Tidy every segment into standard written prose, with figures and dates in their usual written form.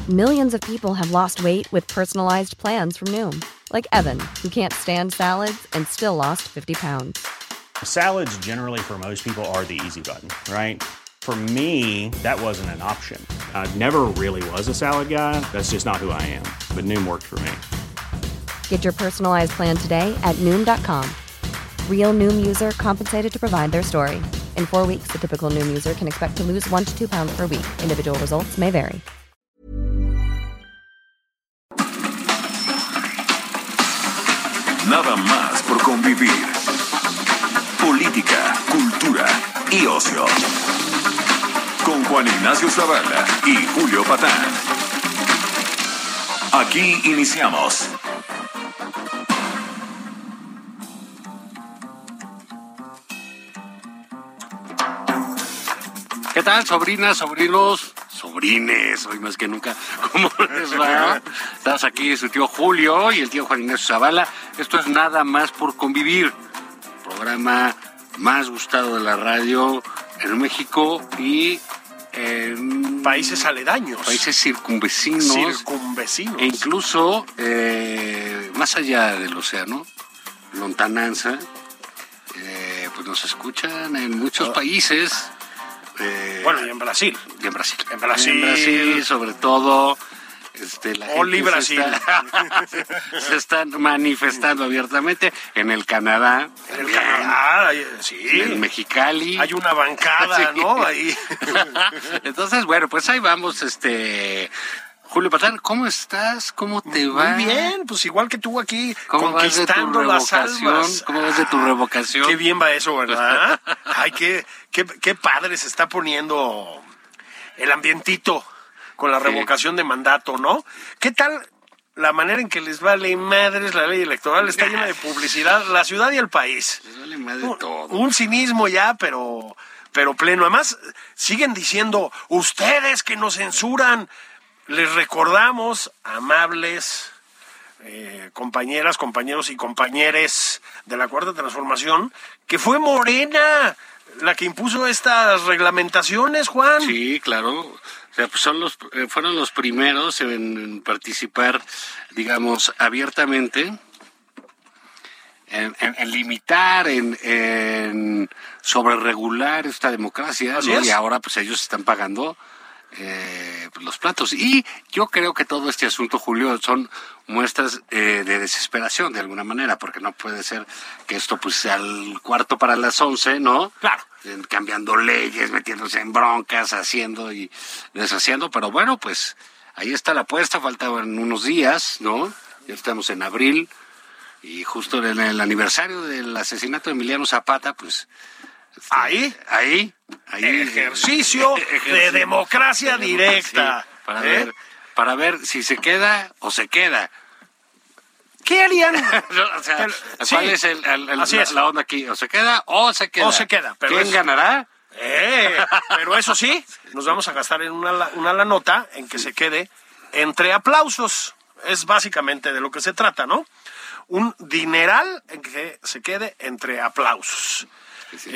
Millions of people have lost weight with personalized plans from Noom. Like Evan, who can't stand salads and still lost 50 pounds. Salads generally for most people are the easy button, right? For me, that wasn't an option. I never really was a salad guy. That's just not who I am. But Noom worked for me. Get your personalized plan today at Noom.com. Real Noom user compensated to provide their story. In 4 weeks, the typical Noom user can expect to lose 1 to 2 pounds per week. Individual results may vary. Nada más por convivir. Política, cultura y ocio. Con Juan Ignacio Zavala y Julio Patán. Aquí iniciamos. ¿Qué tal, sobrinas, sobrinos, sobrines, hoy más que nunca? ¿Cómo les va? Estamos aquí, su tío Julio y el tío Juan Ignacio Zavala. Esto es Nada más por convivir. Programa más gustado de la radio en México y en países aledaños. Países circunvecinos. E incluso más allá del océano, lontananza, pues nos escuchan en muchos países. Bueno, y en Brasil. En Brasil, sobre todo. La Oli Brasil. Se están manifestando abiertamente. En el Canadá. Sí. En el Mexicali. Hay una bancada, sí. ¿No? Ahí. Entonces, bueno, pues ahí vamos, Julio Patán, ¿cómo estás? ¿Cómo te va? Muy bien, pues igual que tú aquí, conquistando las almas. ¿Cómo vas de tu revocación? Qué bien va eso, ¿verdad? Ay, qué padre se está poniendo el ambientito con la revocación de mandato, ¿no? ¿Qué tal la manera en que les vale madres la ley electoral? Está llena de publicidad, la ciudad y el país. Les vale madre todo. Un cinismo ya, pero pleno. Además, siguen diciendo, ustedes que nos censuran. Les recordamos, amables compañeras, compañeros y compañeres de la Cuarta Transformación, que fue Morena la que impuso estas reglamentaciones, Juan. Sí, claro. O sea, pues fueron los primeros en participar, digamos, abiertamente, en limitar, en sobreregular esta democracia, ¿no? Y ahora pues ellos están pagando los platos. Y yo creo que todo este asunto, Julio, son muestras de desesperación de alguna manera, porque no puede ser que esto pues sea el cuarto para las 11, ¿no? Claro. Cambiando leyes, metiéndose en broncas, haciendo y deshaciendo, pero bueno, pues ahí está la apuesta, faltaban unos días, ¿no? Ya estamos en abril y justo en el aniversario del asesinato de Emiliano Zapata, pues Ahí. Ejercicio de democracia directa. Sí, para ver si se queda o se queda. ¿Qué harían? O sea, ¿cuál es la onda aquí? ¿O se queda o se queda? O se queda. Pero ¿quién ganará? Pero eso sí, nos vamos a gastar en una la nota en que se quede entre aplausos. Es básicamente de lo que se trata, ¿no? Un dineral en que se quede entre aplausos. Sí.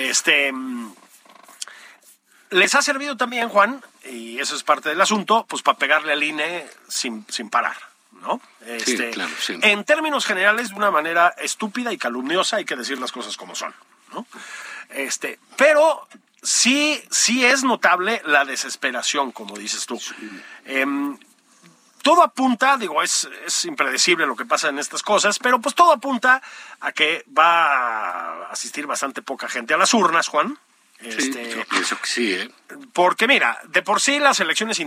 Les ha servido también, Juan, y eso es parte del asunto, pues para pegarle al INE sin parar, ¿no? Sí, claro, sí. En términos generales, de una manera estúpida y calumniosa, hay que decir las cosas como son, ¿no? Pero sí es notable la desesperación, como dices tú. Sí. Todo apunta, es impredecible lo que pasa en estas cosas, pero pues todo apunta a que va a asistir bastante poca gente a las urnas, Juan. Sí, yo pienso que sí, Porque mira, de por sí las elecciones,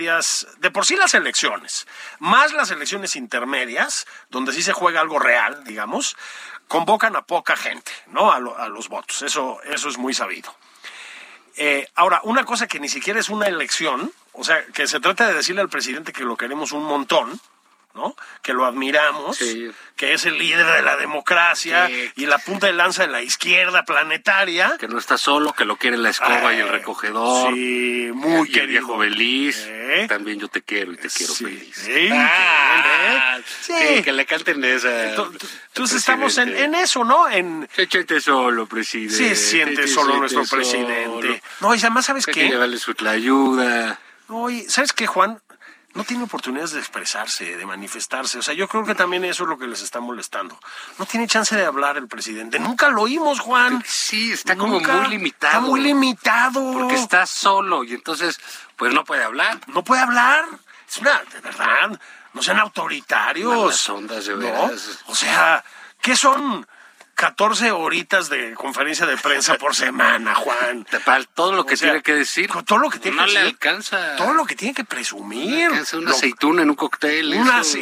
más las elecciones intermedias, donde sí se juega algo real, digamos, convocan a poca gente, ¿no? A los votos, eso es muy sabido. Ahora, una cosa que ni siquiera es una elección, o sea, que se trata de decirle al presidente que lo queremos un montón, ¿no? Que lo admiramos, sí, que es el líder de la democracia, sí, y la punta de lanza de la izquierda planetaria. Que no está solo, que lo quiere la escoba y el recogedor. Sí, muy querido. El viejo Beliz. También yo te quiero y te quiero feliz. Sí, sí, que le canten esa. Entonces estamos en eso, ¿no? Se siente solo, presidente. Sí, siente solo nuestro presidente. No, y además, ¿sabes qué? Hay que llevarle su ayuda. No, y ¿sabes qué, Juan? no tiene oportunidades de expresarse, de manifestarse. O sea, yo creo que también eso es lo que les está molestando. No tiene chance de hablar el presidente. Nunca lo oímos, Juan. Sí, está como muy limitado. Está muy limitado. Porque está solo y entonces, pues no puede hablar. No puede hablar. Es de verdad, no sean autoritarios. Malas ondas, de veras. ¿No? O sea, ¿qué son 14 horitas de conferencia de prensa por semana, Juan? Para todo lo que tiene que decir. Todo lo que tiene no que le decir. alcanza. Todo lo que tiene que presumir. No le alcanza una aceituna en un cóctel.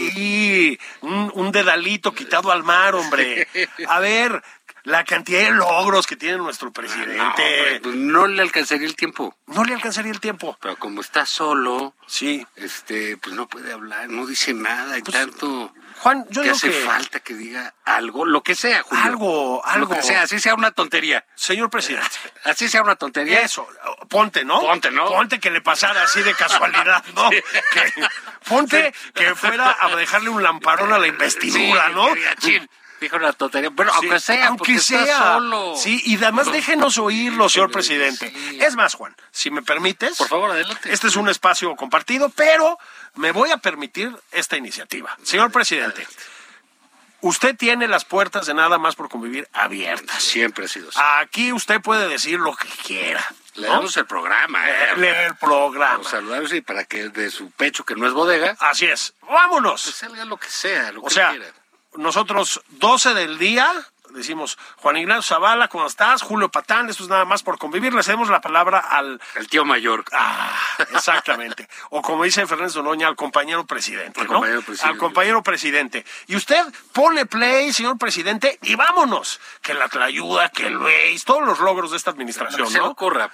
Un dedalito quitado al mar, hombre. A ver, la cantidad de logros que tiene nuestro presidente. Pues no le alcanzaría el tiempo. No le alcanzaría el tiempo. Pero como está solo, sí, pues no puede hablar, no dice nada y tanto. Juan, yo digo hace que falta que diga algo, lo que sea, Julio. Algo. Lo que sea, así sea una tontería. Señor presidente. Así sea una tontería. Eso, ponte, ¿no? Ponte que le pasara así de casualidad, ¿no? Ponte que fuera a dejarle un lamparón a la investidura, ¿no? Dijo una tontería. Bueno, aunque sea, porque está solo. Sí, y además déjenos oírlo, señor presidente. Sí. Es más, Juan, si me permites. Por favor, adelante. Este es un espacio compartido, pero me voy a permitir esta iniciativa. Señor presidente, usted tiene las puertas de Nada Más por Convivir abiertas. Siempre ha sido así. Aquí usted puede decir lo que quiera. Le damos el programa. El programa. Vamos a saludarse y para que de su pecho, que no es bodega. Así es. ¡Vámonos! Pues salga lo que sea, lo que quiera. Nosotros, 12 del día, decimos, Juan Ignacio Zavala, ¿cómo estás? Julio Patán, esto es Nada Más por Convivir. Le cedemos la palabra al tío mayor. Exactamente. O como dice Fernández Noroña, al compañero presidente, ¿no? Compañero presidente. Al compañero presidente. Y usted pone play, señor presidente, y vámonos. Que la ayuda, que el Waze, todos los logros de esta administración, ¿no? Se le ocurra.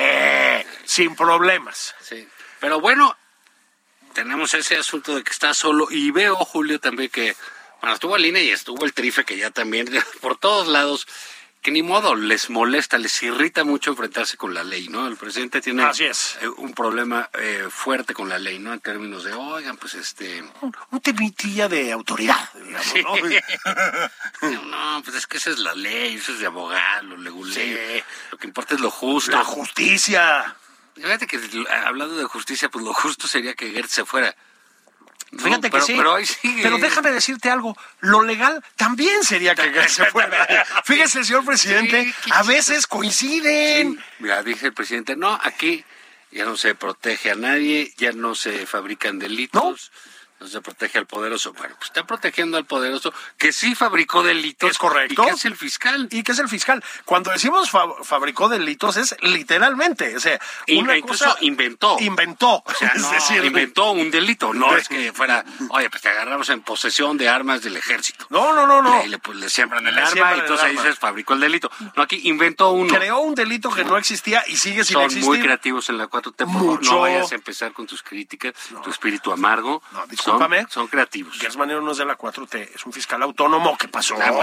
Sin problemas. Sí. Pero bueno, tenemos ese asunto de que está solo y veo, Julio, también que, bueno, estuvo el INE y estuvo el Trife, que ya también, por todos lados, que ni modo, les molesta, les irrita mucho enfrentarse con la ley, ¿no? El presidente tiene un problema fuerte con la ley, ¿no? En términos de, oigan, pues un temitilla de autoridad, digamos, ¿no? No, pues es que esa es la ley, eso es de abogado, legulé, lo que importa es lo justo. La justicia. Fíjate que hablando de justicia, pues lo justo sería que Gertz se fuera. No, fíjate que sí. Pero ahí sigue. Pero déjame decirte algo. Lo legal también sería que Gertz se fuera. Fíjese, señor presidente, a veces coinciden. Sí. Mira, dice el presidente, no, aquí ya no se protege a nadie, ya no se fabrican delitos. No se protege al poderoso. Bueno, pues está protegiendo al poderoso que sí fabricó delitos. Es correcto. ¿Y qué es el fiscal? Cuando decimos fabricó delitos es literalmente. O sea, incluso inventó. O sea, inventó un delito. No es que fuera, oye, pues te agarramos en posesión de armas del ejército. No. Le siembran el arma y entonces ahí dices fabricó el delito. No, aquí inventó uno. Creó un delito que no existía y sigue sin existir. Son muy creativos en la 4T. Mucho. No vayas a empezar con tus críticas, tu espíritu amargo. No, discúlpame. Son creativos. Gertz Manero no es de la 4T, es un fiscal autónomo. ¿Qué pasó? ¿Qué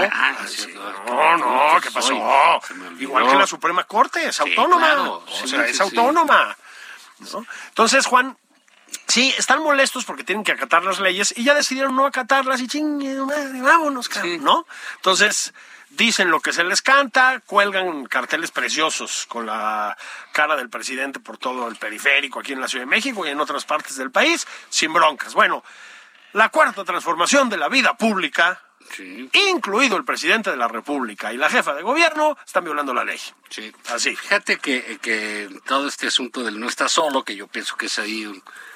pasó? Igual que la Suprema Corte, es autónoma. Claro. Es autónoma. ¿No? Entonces, Juan, sí, están molestos porque tienen que acatar las leyes y ya decidieron no acatarlas y chingue, madre, vámonos, ¿no? Entonces, dicen lo que se les canta, cuelgan carteles preciosos con la cara del presidente por todo el periférico aquí en la Ciudad de México y en otras partes del país, sin broncas. Bueno, la cuarta transformación de la vida pública, incluido el presidente de la República y la jefa de gobierno, están violando la ley. Sí. Así. Fíjate que todo este asunto del no está solo, que yo pienso que es ahí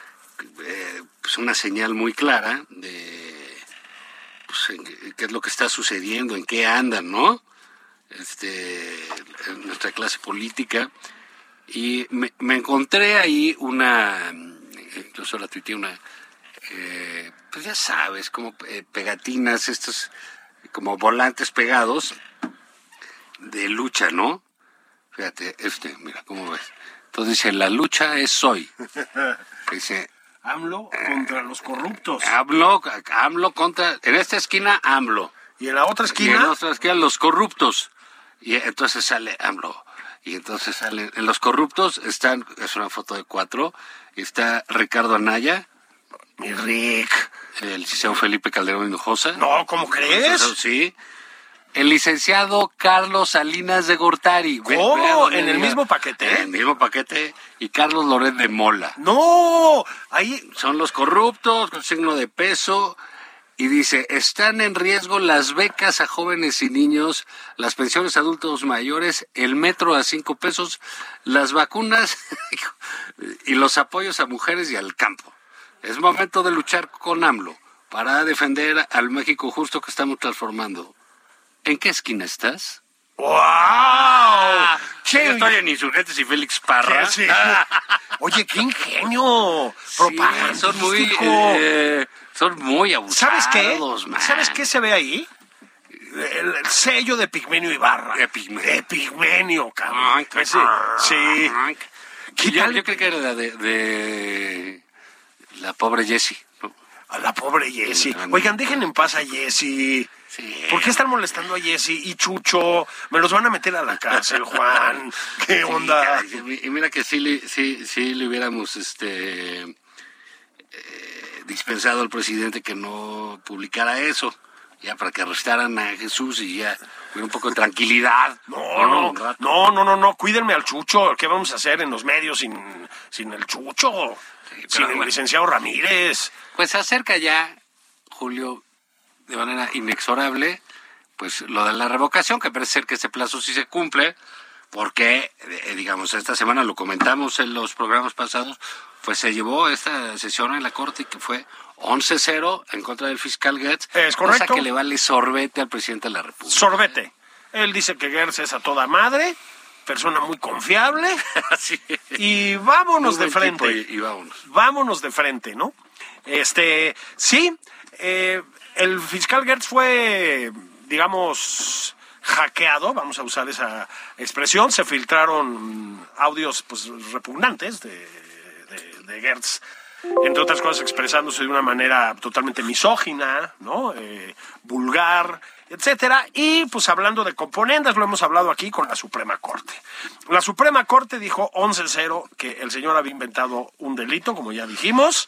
pues una señal muy clara de qué es lo que está sucediendo, en qué andan, ¿no? En nuestra clase política. Y me encontré ahí incluso la tuiteé pues ya sabes, como pegatinas, estos como volantes pegados de lucha, ¿no? Fíjate, mira, ¿cómo ves? Entonces dice, la lucha es hoy. Dice, AMLO contra los corruptos. AMLO contra, en esta esquina, AMLO. ¿Y en la otra esquina? Y en la otra esquina, los corruptos. Y entonces sale AMLO. Y entonces salen, en los corruptos es una foto de 4, está Ricardo Anaya. Mi Rick. El licenciado Felipe Calderón Hinojosa. No, ¿cómo crees? Sí. el licenciado Carlos Salinas de Gortari. ¿Cómo? ¿En el mismo paquete? En el mismo paquete. Y Carlos Loret de Mola. ¡No! Ahí Son los corruptos, con signo de peso. Y dice, están en riesgo las becas a jóvenes y niños, las pensiones a adultos mayores, el metro a 5 pesos, las vacunas y los apoyos a mujeres y al campo. Es momento de luchar con AMLO para defender al México justo que estamos transformando. ¿En qué esquina estás? ¡wow! Yo estoy en Insurgentes y Félix Parra. Sí. Oye, qué ingenio. Sí, son muy abusados. ¿Sabes qué? Man. ¿Sabes qué se ve ahí? El sello de Pigmenio Ibarra. De Pigmenio. De Pigmenio, cabrón. Sí. ¿Qué tal? Yo creo que era la de la pobre Jessie, ¿no? A la pobre Jessie. Oigan, dejen en paz a Jessie. Sí. ¿Por qué están molestando a Jessie y Chucho? Me los van a meter a la cárcel, Juan. ¿Qué onda? Y mira que sí le hubiéramos dispensado al presidente que no publicara eso, ya para que arrestaran a Jesús y ya hubiera un poco de tranquilidad. No, cuídenme al Chucho. ¿Qué vamos a hacer en los medios sin el Chucho? Sin el licenciado Ramírez. Pues se acerca ya, Julio, de manera inexorable, pues lo de la revocación, que parece ser que ese plazo sí se cumple, porque, digamos, esta semana lo comentamos en los programas pasados, pues se llevó esta sesión en la Corte que fue 11-0 en contra del fiscal Gertz. Es correcto. Cosa que le vale sorbete al presidente de la República. Sorbete. Él dice que Gertz es a toda madre, persona muy confiable, Sí. y vámonos Muy de buen frente. tipo y vámonos. Vámonos de frente, ¿no? Sí, el fiscal Gertz fue, digamos, hackeado, vamos a usar esa expresión. Se filtraron audios pues repugnantes de Gertz, entre otras cosas expresándose de una manera totalmente misógina, ¿no? Vulgar, etcétera, y pues hablando de componendas, lo hemos hablado aquí con la Suprema Corte. La Suprema Corte dijo 11-0 que el señor había inventado un delito, como ya dijimos,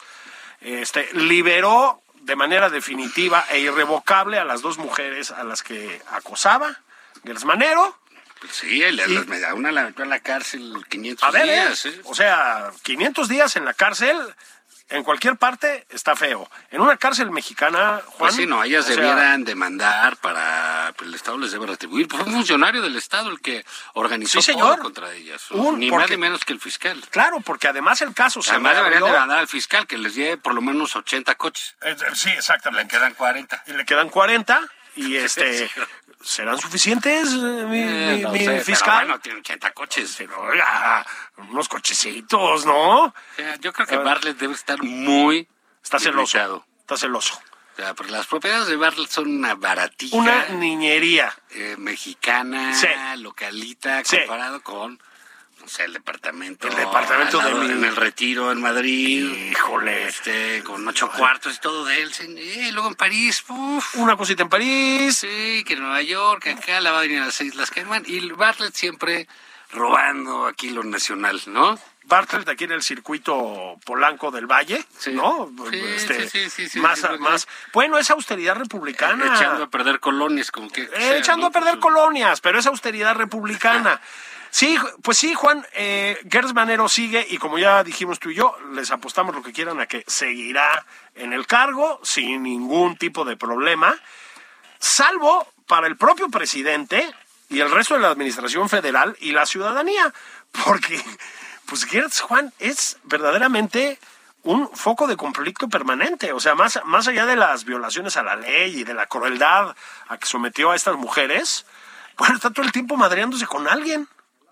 liberó de manera definitiva e irrevocable a las dos mujeres a las que acosaba, Gertz Manero. Pues sí, una la metió a la cárcel 500 A ver, días. o sea, 500 días en la cárcel, en cualquier parte está feo. En una cárcel mexicana, Juan... Pues sí, no, ellas debieran demandar para... Pues el Estado les debe retribuir. Fue un funcionario del Estado el que organizó Sí, señor. todo contra ellas. Ni más ni menos que el fiscal. Claro, porque además el caso se Además deberían reabrió. demandar al fiscal que les lleve por lo menos 80 coches. Sí, exactamente. Le quedan 40. Y le quedan 40 y ¿serán suficientes, mi No sé, fiscal? pero bueno, tiene 80 coches. Pero, oiga, unos cochecitos, ¿no? O sea, yo creo que Bartlett debe estar muy Está celoso. irritado. Está celoso. O sea, porque las propiedades de Bartlett son una baratija. Una niñería. Mexicana, Sí. localita, Sí. comparado con, no sé, el departamento. El departamento al lado, de mi- en el Retiro, en Madrid. Híjole. Con 8 cuartos y todo de él. Y luego en París, Una cosita en París. sí, que en Nueva York, que acá la va a venir a las Islas Caimán. Y Bartlett siempre robando aquí lo nacional, ¿no? Bartlett aquí en el circuito Polanco del Valle, Sí. ¿no? Sí, Más, sí, creo que más. sí. Bueno, es austeridad republicana. Echando a perder colonias, como que... Echando a perder colonias, pero es austeridad republicana. Sí, pues sí, Juan, Gertz Manero sigue y como ya dijimos tú y yo, les apostamos lo que quieran a que seguirá en el cargo sin ningún tipo de problema, salvo para el propio presidente y el resto de la administración federal y la ciudadanía, porque pues Gertz, Juan, es verdaderamente un foco de conflicto permanente. O sea, más allá de las violaciones a la ley y de la crueldad a que sometió a estas mujeres, bueno, está todo el tiempo madreándose con alguien.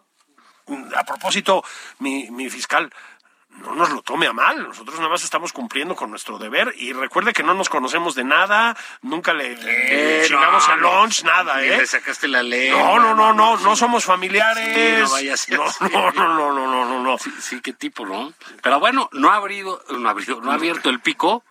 A propósito, mi fiscal, no nos lo tome a mal, nosotros nada más estamos cumpliendo con nuestro deber y recuerde que no nos conocemos de nada, nunca le chingamos al lunch, nada, Ni le sacaste la ley. No somos familiares. Sí, no vaya a ser así. No. Sí, qué tipo, ¿no? Pero bueno, no ha abierto el pico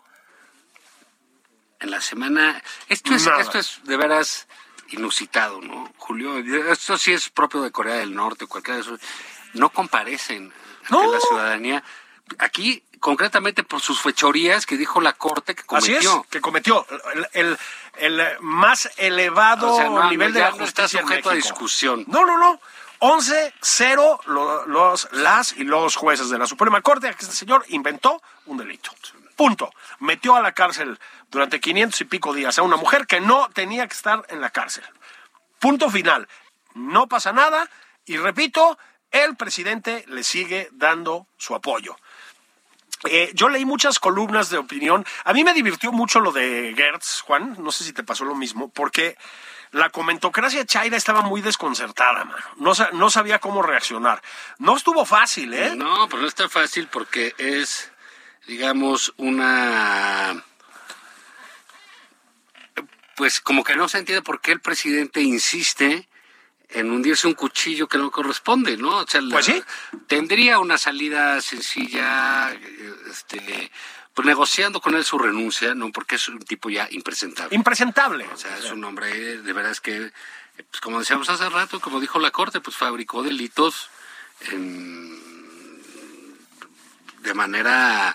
en la semana. Esto es de veras inusitado, ¿no, Julio? Esto sí es propio de Corea del Norte, cualquiera de esos. No comparecen ante la ciudadanía. Aquí, concretamente, por sus fechorías que dijo la Corte que cometió. Así es, que cometió. el más elevado nivel de la justicia está sujeto en a México. discusión. No. 11-0 las y los jueces de la Suprema Corte a que este señor inventó un delito. Punto. Metió a la cárcel durante 500 y pico días a una mujer que no tenía que estar en la cárcel. Punto final. No pasa nada y repito, el presidente le sigue dando su apoyo. Yo leí muchas columnas de opinión. A mí me divirtió mucho lo de Gertz, Juan. No sé si te pasó lo mismo, porque la comentocracia chaira estaba muy desconcertada, mano. No sabía cómo reaccionar. No estuvo fácil, ¿eh? No, pero no está fácil porque es, digamos, pues como que no se entiende por qué el presidente insiste en hundirse un cuchillo que no corresponde, ¿no? O sea, pues sí. Tendría una salida sencilla, pues negociando con él su renuncia, ¿no? Porque es un tipo ya impresentable. Impresentable. O sea, es un hombre, de verdad es que, pues como decíamos hace rato, como dijo la Corte, pues fabricó delitos de manera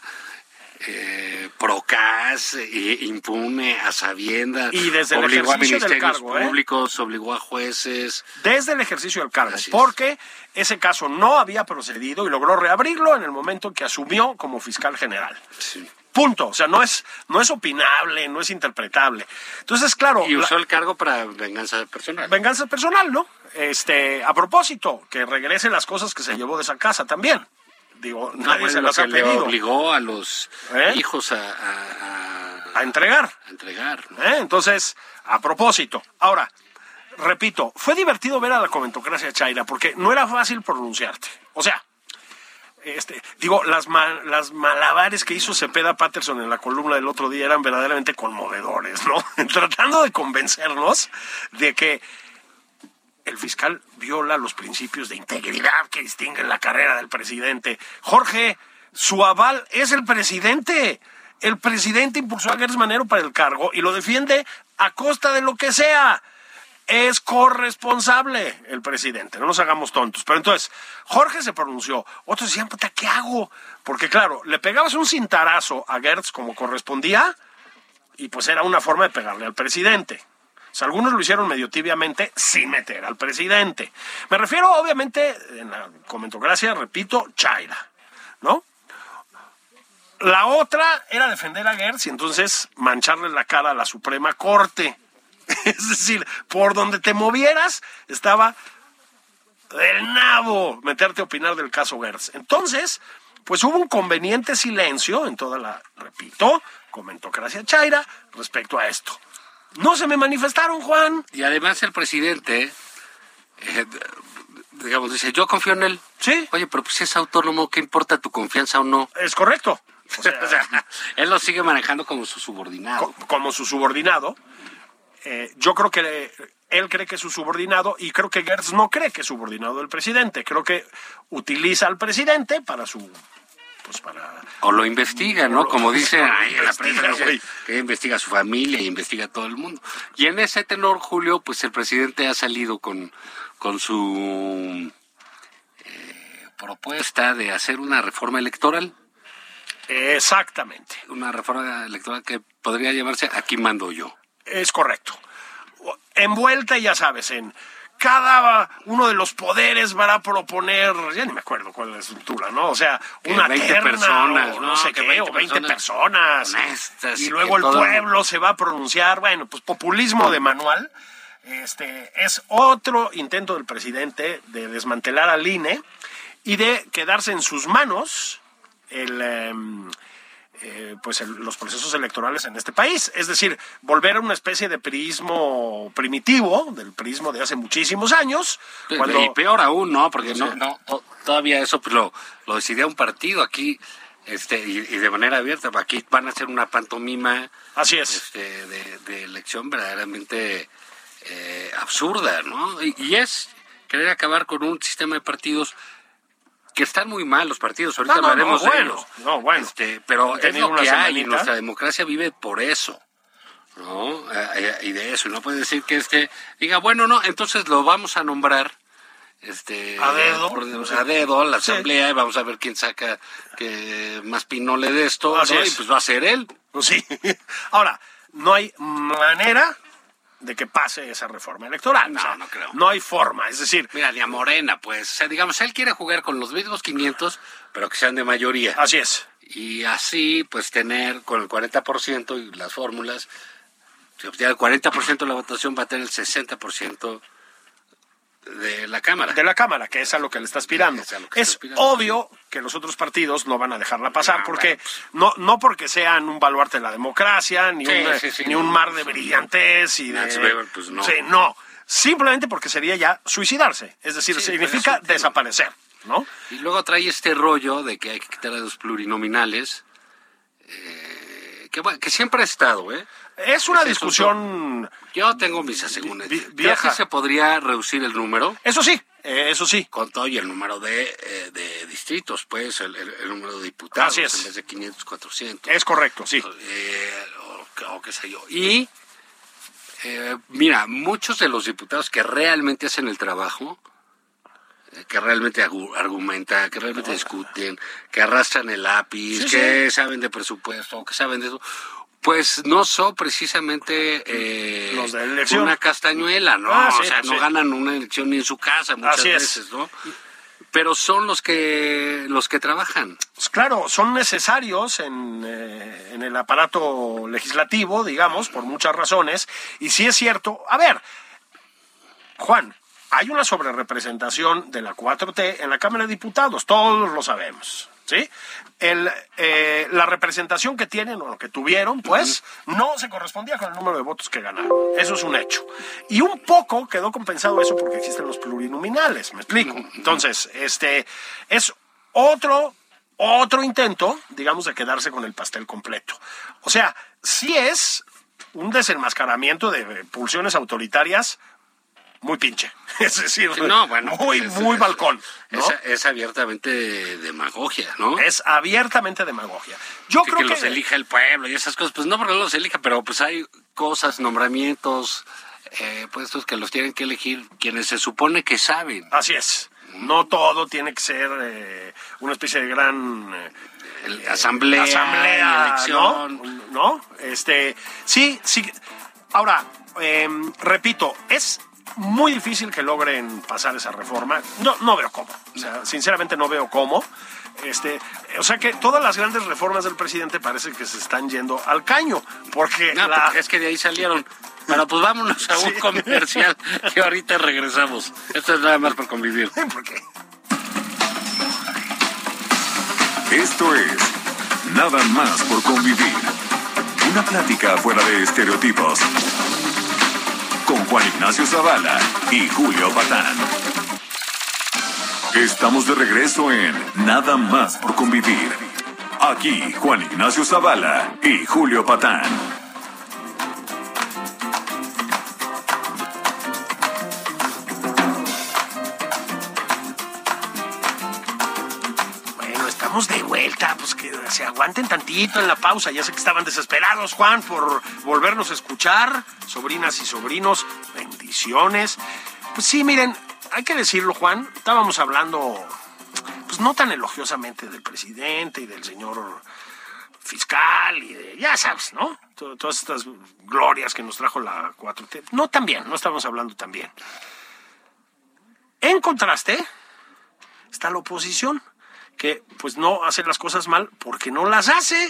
procaz, impune, a sabiendas, y desde el obligó a ejercicio del ministerios cargo, públicos, obligó a jueces. Desde el ejercicio del cargo, Así es. porque ese caso no había procedido y logró reabrirlo en el momento que asumió como fiscal general. Sí. Punto. O sea, no es opinable, no es interpretable. Entonces, claro. Y usó el cargo para venganza personal. Venganza personal, ¿no? A propósto, que regrese las cosas que se llevó de esa casa también. Digo, nadie se las ha pedido. Le obligó a los hijos a entregar. A entregar, ¿no? Entonces, a propósito. Ahora, repito, fue divertido ver a la comentocracia chaira porque no era fácil pronunciarte. O sea, las malabares que hizo Cepeda Patterson en la columna del otro día eran verdaderamente conmovedores, ¿no? Tratando de convencernos de que el fiscal viola los principios de integridad que distinguen la carrera del presidente. Jorge, su aval es el presidente. El presidente impulsó a Gertz Manero para el cargo y lo defiende a costa de lo que sea. Es corresponsable el presidente, no nos hagamos tontos. Pero entonces, Jorge se pronunció. Otros decían, puta, ¿qué hago? Porque claro, le pegabas un cintarazo a Gertz como correspondía y pues era una forma de pegarle al presidente. O sea, algunos lo hicieron medio tibiamente sin meter al presidente. Me refiero, obviamente, en la comentocracia, repito, chaira, ¿no? La otra era defender a Gertz y entonces mancharle la cara a la Suprema Corte. Es decir, por donde te movieras, estaba del nabo meterte a opinar del caso Gertz. Entonces, pues hubo un conveniente silencio en toda la, repito, comentocracia chaira respecto a esto. No se me manifestaron, Juan. Y además el presidente, digamos, dice, yo confío en él. Sí. Oye, pero pues si es autónomo, ¿qué importa tu confianza o no? Es correcto. O sea, él lo sigue manejando como su subordinado. Como su subordinado. Yo creo que él cree que es su subordinado y creo que Gertz no cree que es subordinado del presidente. Creo que utiliza al presidente para su... Pues para... O lo investiga, ¿no? Como dice ahí en la prensa, güey. que investiga a su familia y investiga a todo el mundo. Y en ese tenor, Julio, pues el presidente ha salido con su propuesta de hacer una reforma electoral. Exactamente. Una reforma electoral que podría llamarse Aquí mando yo. Es correcto. Envuelta, ya sabes, en cada uno de los poderes va a proponer, ya ni me acuerdo cuál es la estructura, ¿no? O sea, una 20 terna, personas, o no sé qué, o 20 personas. Honestas, y luego el pueblo se va a pronunciar. Bueno, pues populismo de manual. Es otro intento del presidente de desmantelar al INE y de quedarse en sus manos los procesos electorales en este país. Es decir, volver a una especie de priismo primitivo, del priismo de hace muchísimos años. Y peor aún, ¿no? Porque todavía eso pues lo decidía un partido aquí, y de manera abierta. Aquí van a hacer una pantomima. Así es. De elección verdaderamente absurda, ¿no? Y es querer acabar con un sistema de partidos que están muy mal los partidos, ahorita hablaremos de ellos. Pero es lo que hay, y nuestra democracia vive por eso, ¿no? Y de eso, y no puede decir que diga, bueno, no, entonces lo vamos a nombrar a dedo a la asamblea, y vamos a ver quién saca que más pinole de esto, ¿no? Y pues va a ser él. Pues sí. Ahora, no hay manera de que pase esa reforma electoral. No, o sea, no creo. No hay forma, es decir... Mira, ni a Morena, pues. O sea, digamos, él quiere jugar con los mismos 500, pero que sean de mayoría. Así es. Y así, pues, tener con el 40% y las fórmulas, si obtiene el 40% de la votación, va a tener el 60% de la Cámara. De la Cámara, que es a lo que le está aspirando. Es obvio que los otros partidos no van a dejarla pasar, porque no porque sean un baluarte de la democracia, ni un mar de brillantez y Max de... Weber, pues no. Sí, no. Simplemente porque sería ya suicidarse. Es decir, significa desaparecer, ¿no? Y luego trae este rollo de que hay que quitar a los plurinominales, que siempre ha estado, ¿eh? Es una discusión... Yo tengo mis asegúnes. Creo vieja. que se podría reducir el número. Eso sí. Con todo y el número de distritos, pues, el número de diputados. Así es. En vez de 500, 400. Es correcto, sí. O qué sé yo. Y, mira, muchos de los diputados que realmente hacen el trabajo, que realmente argumentan, que realmente discuten, que arrastran el lápiz, que saben de presupuesto, que saben de eso, pues no son precisamente los de elección. Una castañuela, ¿no? No ganan una elección ni en su casa muchas veces, ¿no? Pero son los que trabajan. Pues claro, son necesarios en el aparato legislativo, digamos, por muchas razones. Y sí es cierto, a ver, Juan, hay una sobrerepresentación de la 4T en la Cámara de Diputados, todos lo sabemos, ¿sí? La representación que tienen o que tuvieron, pues, no se correspondía con el número de votos que ganaron. Eso es un hecho. Y un poco quedó compensado eso porque existen los plurinominales, ¿me explico? Entonces, es otro intento, digamos, de quedarse con el pastel completo. O sea, sí es un desenmascaramiento de pulsiones autoritarias muy pinche, es decir, muy balcón, ¿no? Es abiertamente demagogia, ¿no? Es abiertamente demagogia. Yo creo que los elija el pueblo y esas cosas, pues no porque los elija, pero pues hay cosas, nombramientos, puestos que los tienen que elegir quienes se supone que saben. Así es. No todo tiene que ser una especie de gran asamblea, elección, ¿no? Sí. Ahora, repito, es muy difícil que logren pasar esa reforma. No veo cómo. O sea, sinceramente no veo cómo. O sea que todas las grandes reformas del presidente parece que se están yendo al caño. Porque porque es que de ahí salieron. Bueno, pues vámonos a un comercial que ahorita regresamos. Esto es Nada Más por Convivir. ¿Por qué? Esto es Nada Más por Convivir. Una plática fuera de estereotipos. Con Juan Ignacio Zavala y Julio Patán. Estamos de regreso en Nada Más por Convivir. Aquí Juan Ignacio Zavala y Julio Patán. Bueno, estamos de vuelta, pues que se aguanten tantito en la pausa. Ya sé que estaban desesperados, Juan, por volvernos a escuchar. Sobrinas y sobrinos, bendiciones. Pues sí, miren, hay que decirlo, Juan, estábamos hablando, pues no tan elogiosamente del presidente y del señor fiscal y de, ya sabes, ¿no? Todas estas glorias que nos trajo la 4T. No estábamos hablando tan bien. En contraste, está la oposición, que pues no hace las cosas mal porque no las hace.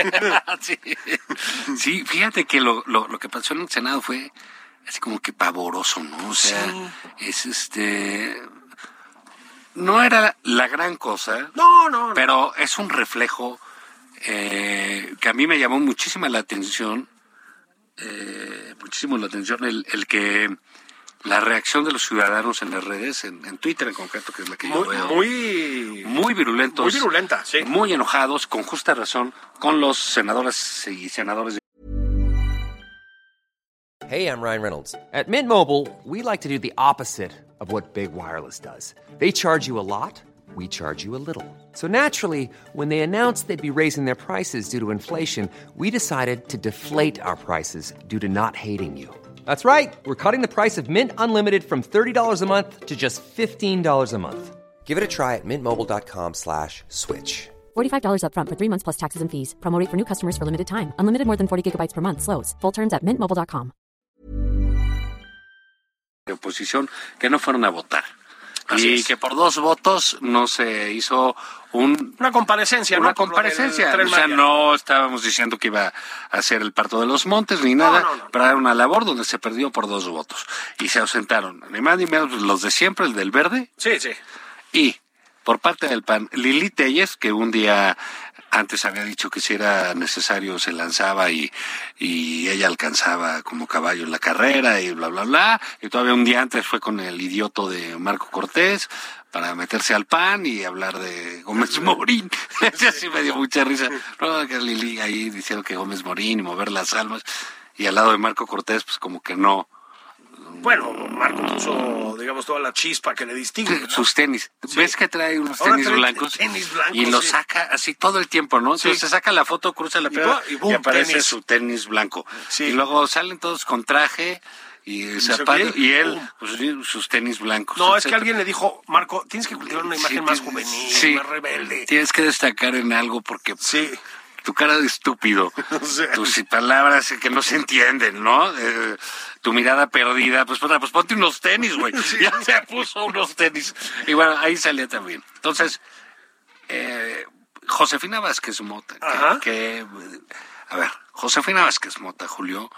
Sí, fíjate que lo que pasó en el Senado fue así como que pavoroso, ¿no? O sea, no era la gran cosa. No. Pero es un reflejo que a mí me llamó muchísimo la atención, el que la reacción de los ciudadanos en las redes, en Twitter en concreto, que es la que yo veo. Muy virulentos. Muy virulenta, sí. Muy enojados, con justa razón, con los senadores y senadores. Hey, I'm Ryan Reynolds. At Mint Mobile, we like to do the opposite of what Big Wireless does. They charge you a lot, we charge you a little. So naturally, when they announced they'd be raising their prices due to inflation, we decided to deflate our prices due to not hating you. That's right. We're cutting the price of Mint Unlimited from $30 a month to just $15 a month. Give it a try at mintmobile.com/switch. $45 up front for 3 months plus taxes and fees. Promo rate for new customers for limited time. Unlimited more than 40 gigabytes per month. Slows full terms at mintmobile.com. De oposición que no fueron a votar. Así y es. que por 2 votos no se hizo una comparecencia, una ¿no? Por lo del comparecencia. Tren O sea, Maya. no estábamos diciendo que iba a hacer el parto de los montes ni nada, no. pero era una labor donde se perdió por 2 votos. Y se ausentaron, ni más ni menos los de siempre, el del Verde, Sí. y por parte del PAN, Lili Telles, que un día antes había dicho que si era necesario se lanzaba y ella alcanzaba como caballo en la carrera y bla, bla, bla. Y todavía un día antes fue con el idioto de Marco Cortés para meterse al PAN y hablar de Gómez Morín. Ese sí me dio mucha risa. No, que Lili ahí diciendo que Gómez Morín y mover las almas. Y al lado de Marco Cortés, pues como que no. Bueno, Marco puso, digamos, toda la chispa que le distingue, ¿no? Sus tenis. Sí. ¿Ves que trae unos Ahora tenis trae blancos? tenis blancos, y los sí. saca así todo el tiempo, ¿no? Entonces Sí. se saca la foto, cruza la pega y boom, aparece tenis. su tenis blanco. Sí. Y luego salen todos con traje y zapatos qué? y él, Boom. pues, sí, sus tenis blancos. No, es que etcétera. alguien le dijo, Marco, tienes que cultivar una imagen Sí, más tienes- juvenil, sí. más rebelde. Tienes que destacar en algo porque Sí. tu cara de estúpido, O sea. tus palabras que no se entienden, ¿no? Tu mirada perdida, pues ponte unos tenis, güey. Ya se puso unos tenis. Y bueno, ahí salía también. Entonces, Josefina Vázquez Mota, Ajá. a ver, Josefina Vázquez Mota, Julio,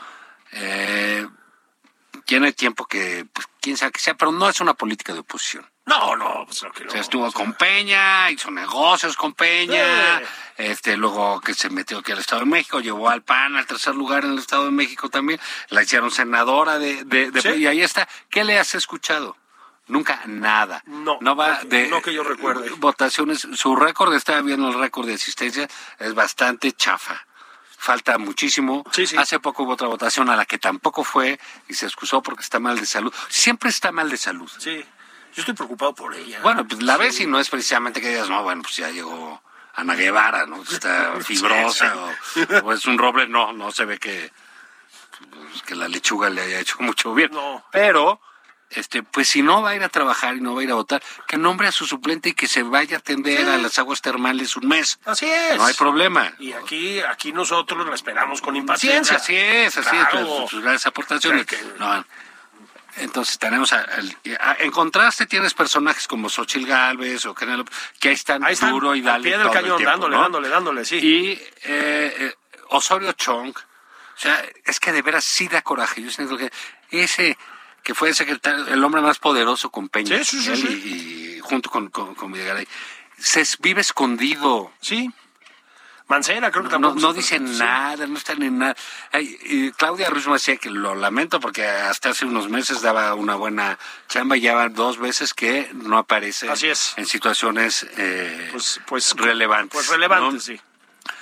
tiene tiempo que, pues, quién sabe que sea, pero no es una política de oposición. No, pues lo que no. O sea, estuvo con Peña, hizo negocios con Peña, luego que se metió aquí al Estado de México, llevó al PAN al 3er lugar en el Estado de México también, la hicieron senadora de Sí. y ahí está. ¿Qué le has escuchado? Nunca nada. No, va no que yo recuerde. Votaciones, su récord, estaba viendo el récord de asistencia, es bastante chafa. Falta muchísimo. Sí. Hace poco hubo otra votación a la que tampoco fue y se excusó porque está mal de salud. Siempre está mal de salud. Sí, yo estoy preocupado por ella. Bueno, pues la ves y no es precisamente que digas, no, bueno, pues ya llegó Ana Guevara, ¿no? Está fibrosa o es un roble, no se ve que la lechuga le haya hecho mucho bien. No. Pero, pues si no va a ir a trabajar y no va a ir a votar, que nombre a su suplente y que se vaya a atender a las aguas termales un mes. Así es. No hay problema. Y aquí nosotros la esperamos con impaciencia. Así es, Claro. sus grandes aportaciones. O sea, que- No, entonces tenemos, en contraste tienes personajes como Xochitl Gálvez o Kenia López, que ahí están duro y al dale pie del todo el cañón, tiempo, ¿no? dándole, sí. Y Osorio Chong, o sea, es que de veras sí da coraje. Yo siento que ese que fue el secretario, el hombre más poderoso con Peña, Sí. él y junto con Videgaray, vive escondido. Sí. Mancera, creo que No tampoco. dicen nada, no están en nada. Y Claudia Ruiz Massieu, que lo lamento porque hasta hace unos meses daba una buena chamba, y ya van 2 veces que no aparece Así es. en situaciones Pues relevantes. Pues relevantes, ¿no? sí.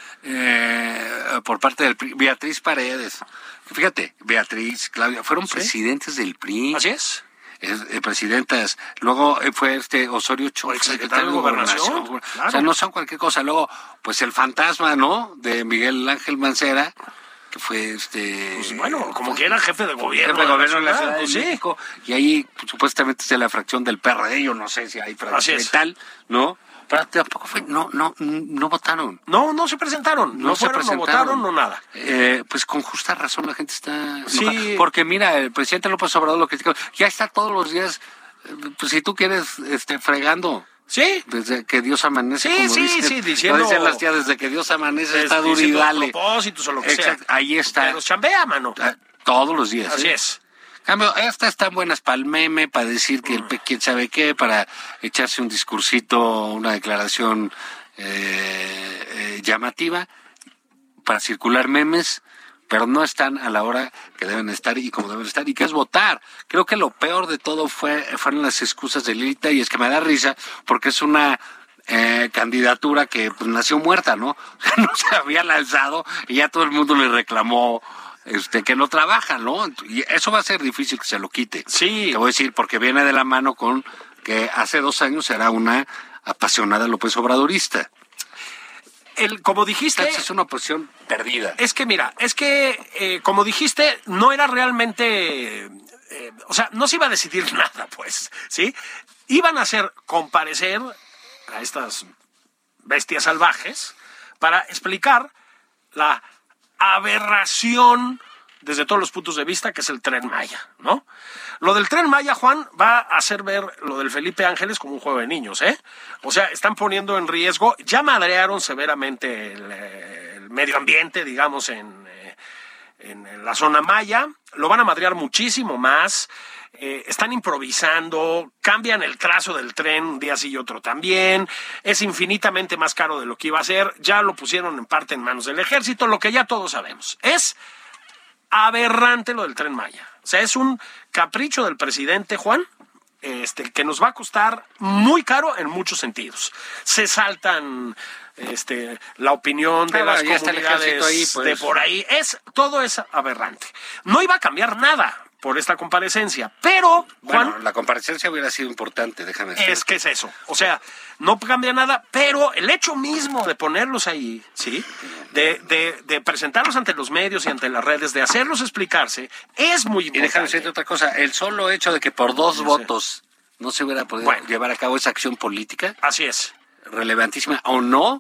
Por parte del PRI, Beatriz Paredes. Fíjate, Beatriz, Claudia, fueron presidentes del PRI. Así es. Presidentas. Luego fue Osorio Chong, Exsecretario de Gobernación. Claro. O sea, no son cualquier cosa. Luego, pues el fantasma, ¿no? De Miguel Ángel Mancera, que fue Pues bueno, como que era jefe de gobierno. jefe de gobierno de la Ciudad de pues sí. México. Y ahí, pues, supuestamente, es de la fracción del PRD. Yo no sé si hay fracción Así y es. tal, ¿no? Pero tampoco fue, no votaron. No se presentaron. No se fueron, no presentaron. votaron, no nada. Pues con justa razón la gente está Sí. enojada. Porque mira, el presidente López Obrador lo criticó. Ya está todos los días, pues si tú quieres, fregando. Sí. Desde que Dios amanece, Sí, como sí, dicen, sí, diciendo- lo dicen las tías, desde que Dios amanece está duro y Diciendo dale. propósitos o lo que Exacto, sea. ahí está. Pero chambea, mano. Todos los días. Así ¿eh? es. Cambio, estas están buenas para el meme, para decir que quién sabe qué, para echarse un discursito, una declaración llamativa, para circular memes, pero no están a la hora que deben estar y como deben estar, y que es votar. Creo que lo peor de todo fueron las excusas de Lilita, y es que me da risa porque es una candidatura que pues, nació muerta, ¿no? No se había lanzado y ya todo el mundo le reclamó que no trabaja, ¿no? Y eso va a ser difícil que se lo quite. Sí. Te voy a decir, porque viene de la mano con que hace 2 años era una apasionada López Obradorista. Como dijiste... Entonces es una oposición perdida. Es que mira, como dijiste, no era realmente, o sea, no se iba a decidir nada, pues, ¿sí? Iban a hacer comparecer a estas bestias salvajes para explicar la aberración desde todos los puntos de vista que es el Tren Maya, ¿no? Lo del Tren Maya, Juan, va a hacer ver lo del Felipe Ángeles como un juego de niños, ¿eh? O sea, están poniendo en riesgo, ya madrearon severamente el medio ambiente, digamos, en la zona Maya, lo van a madrear muchísimo más. Están improvisando, cambian el trazo del tren un día sí y otro también, es infinitamente más caro de lo que iba a ser, ya lo pusieron en parte en manos del ejército, lo que ya todos sabemos. Es aberrante lo del Tren Maya. O sea, es un capricho del presidente, Juan, que nos va a costar muy caro en muchos sentidos. Se saltan la opinión de las comunidades ahí, pues, de por ahí. Todo es aberrante. No iba a cambiar nada por esta comparecencia, pero, Juan... Bueno, la comparecencia hubiera sido importante, déjame decir. Es que es eso, o sea, no cambia nada, pero el hecho mismo de ponerlos ahí, ¿sí? De presentarlos ante los medios y ante las redes, de hacerlos explicarse, es muy importante. Y déjame decirte otra cosa, el solo hecho de que por 2 votos no se hubiera podido llevar a cabo esa acción política... Así es. Relevantísima o no,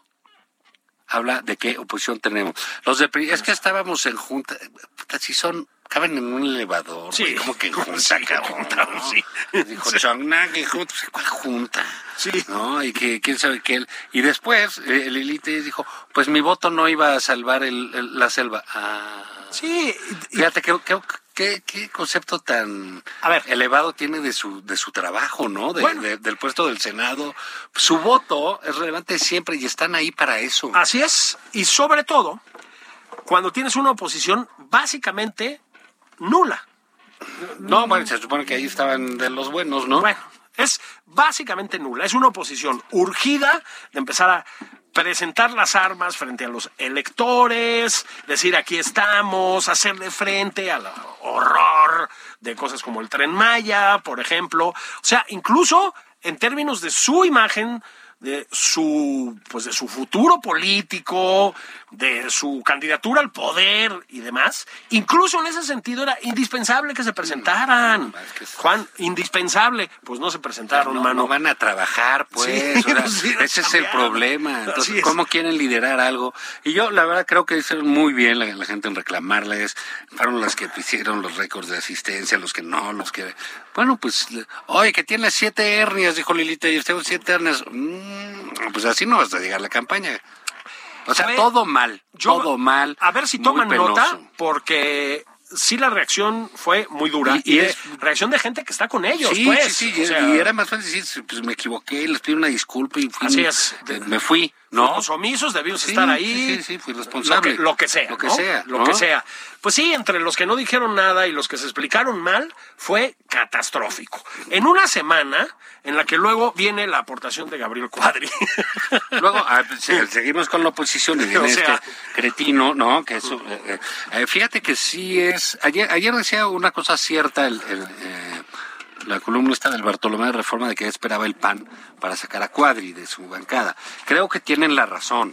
habla de qué oposición tenemos. Los de PRI, es que estábamos en junta, si son... Caben en un elevador, sí. Como que en junta, cabrón, ¿no? Sí. Dijo Chongna, ¿cuál junta? Sí. ¿No? Y que quién sabe qué. Y después el élite dijo, pues mi voto no iba a salvar la selva. Sí. Fíjate, ¿qué concepto tan elevado tiene de su trabajo, ¿no? Del puesto del Senado. Su voto es relevante siempre y están ahí para eso. Así es. Y sobre todo, cuando tienes una oposición básicamente... nula. No, bueno, se supone que ahí estaban de los buenos, ¿no? Bueno, es básicamente nula. Es una oposición urgida de empezar a presentar las armas frente a los electores, decir aquí estamos, hacerle frente al horror de cosas como el Tren Maya, por ejemplo. O sea, incluso en términos de su imagen, de su futuro político, de su candidatura al poder y demás, incluso en ese sentido era indispensable que se presentaran. Juan, indispensable, pues no se presentaron, mano. No van a trabajar, pues. Sí, ese es el problema. Entonces, ¿cómo quieren liderar algo? Y yo, la verdad, creo que hicieron muy bien la gente en reclamarles. Fueron las que hicieron los récords de asistencia, los que no, los que... Bueno, pues, oye, que tiene 7 hernias, dijo Lilita, y usted 7 hernias. Pues así no vas a llegar la campaña. O sea, todo mal. A ver si toman nota, porque sí la reacción fue muy dura. Y es reacción de gente que está con ellos, pues. Sí. O sea, y era más fácil decir, pues me equivoqué, les pido una disculpa y fui. Así es. Me fui, ¿no? Los omisos debimos estar ahí. Sí, fui responsable. Lo que sea. Lo que sea. Pues sí, entre los que no dijeron nada y los que se explicaron mal, fue catastrófico. En una semana en la que luego viene la aportación de Gabriel Cuadri. Luego, seguimos con la oposición y viene cretino, ¿no? Que eso, fíjate que sí es... Ayer decía una cosa cierta la columnista del Bartolomé de Reforma de que esperaba el PAN para sacar a Cuadri de su bancada. Creo que tienen la razón.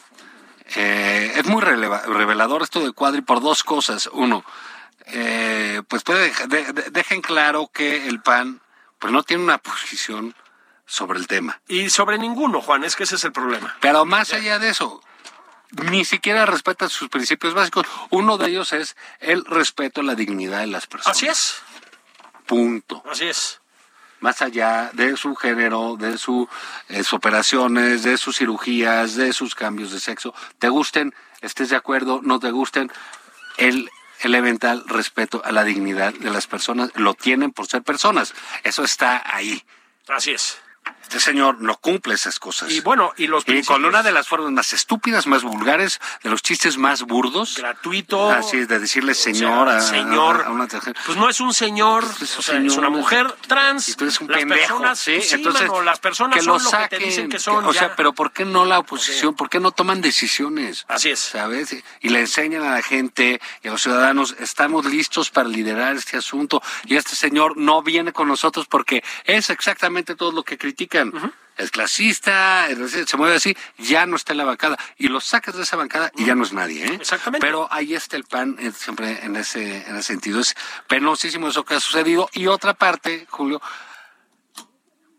Es muy revelador esto de Cuadri por 2 cosas. Uno, pues dejen claro que el PAN pues no tiene una posición sobre el tema. Y sobre ninguno, Juan, es que ese es el problema. Pero más allá de eso, ni siquiera respeta sus principios básicos. Uno de ellos es el respeto a la dignidad de las personas. Así es. Punto. Así es. Más allá de su género, de sus operaciones, de sus cirugías, de sus cambios de sexo, te gusten, estés de acuerdo, no te gusten, el elemental respeto a la dignidad de las personas lo tienen por ser personas. Eso está ahí. Así es. Este señor no cumple esas cosas. Y bueno, y con una de las formas más estúpidas, más vulgares, de los chistes más burdos. Gratuito. Así es, de decirle señor señor. A una pues no es un señor, es una mujer trans. Y tú eres un las pendejo, personas, ¿sí? Sí, Entonces, mano, las personas que son lo que te dicen que son. Pero ¿por qué no la oposición? ¿Por qué no toman decisiones? Así es. ¿Sabes? Y le enseñan a la gente y a los ciudadanos, estamos listos para liderar este asunto. Y este señor no viene con nosotros porque es exactamente todo lo que critican. Uh-huh. Es clasista, se mueve así, ya no está en la bancada. Y lo sacas de esa bancada y ya no es nadie, ¿eh? Exactamente. Pero ahí está el PAN siempre en ese sentido. Es penosísimo eso que ha sucedido. Y otra parte, Julio,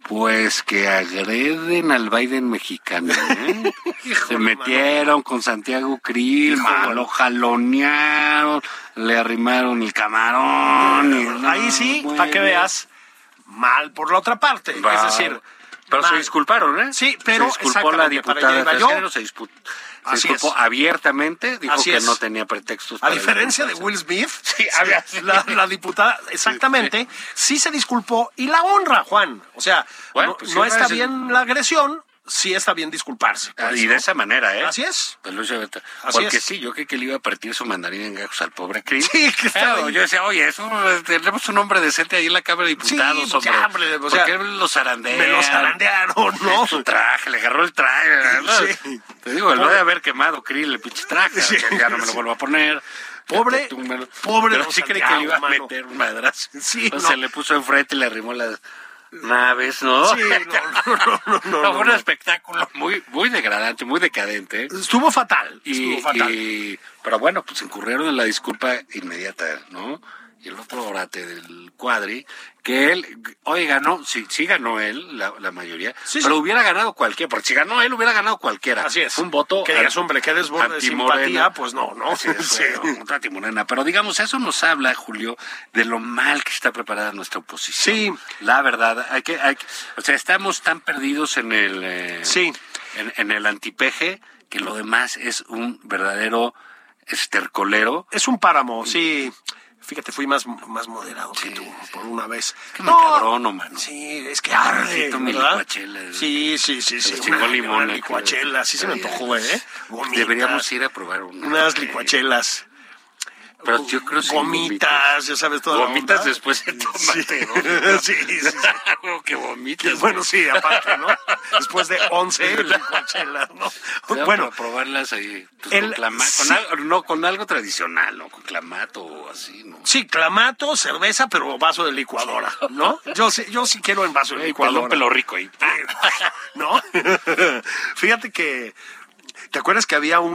Pues que agreden al Biden mexicano, ¿eh? Se metieron con Santiago Krill, lo jalonearon, le arrimaron el camarón. Ahí sí, para que veas, mal por la otra parte. Es decir, pero mal. Se disculparon, ¿eh? Sí, pero se disculpó la diputada de género, se disculpó abiertamente, dijo que no tenía pretextos. A diferencia de Will Smith, la diputada, exactamente, sí se disculpó y la honra, Juan. O sea, bueno, no está bien la agresión, sí está bien disculparse. Y de esa manera, ¿eh? Así es. Porque sí, yo creo que le iba a partir su mandarín en gajos al pobre Chris. Sí, que claro, yo decía, oye, eso tenemos un hombre decente ahí en la Cámara de Diputados, sí, hombre. ¿Por qué lo zarandean? Me lo zarandearon, ¿no? Su traje, le agarró el traje. ¿no? Sí. Te digo, él debe haber quemado Krill el pinche traje, sí. Ya no me lo vuelvo a poner. Pobre. Pero sí creí que le iba a meter un madrazo. Sí, no. Se le puso enfrente y le arrimó las naves, ¿no? Sí, no. Fue un espectáculo muy degradante, muy decadente. Estuvo fatal. Pero bueno, pues incurrieron en la disculpa inmediata, ¿no? Y el otro orate del Cuadri, que él, hoy ganó, sí ganó él, la mayoría, pero hubiera ganado cualquiera, porque si ganó él, hubiera ganado cualquiera. Así es. Un voto. Que digas, hombre, que desborde de simpatía, pues no. Así es, antimorena. Pero digamos, eso nos habla, Julio, de lo mal que está preparada nuestra oposición. Sí. La verdad, o sea, estamos tan perdidos en el, en el antipeje, que lo demás es un verdadero estercolero. Es un páramo, sí. Fíjate, fui más moderado que tú, por una vez. Es que me cabrono, mano. Sí, es que arde, mi licuachela. Sí. Una limón, licuachela, sí se me antojó, ¿eh? Gomitas, deberíamos ir a probar unas licuachelas. Pero yo creo que gomitas, ya sabes, todo. Gomitas después de tomate, ¿no? Sí. Que vomitas. Bueno, sí, aparte, ¿no? Después de 11 licuachelas, ¿no? Bueno, probarlas ahí pues, con algo tradicional, ¿no? Con clamato o así, ¿no? Sí, clamato, cerveza, pero vaso de licuadora, ¿no? Yo sí quiero en vaso de licuadora. Un pelo rico ahí. ¿No? Fíjate que... ¿Te acuerdas que había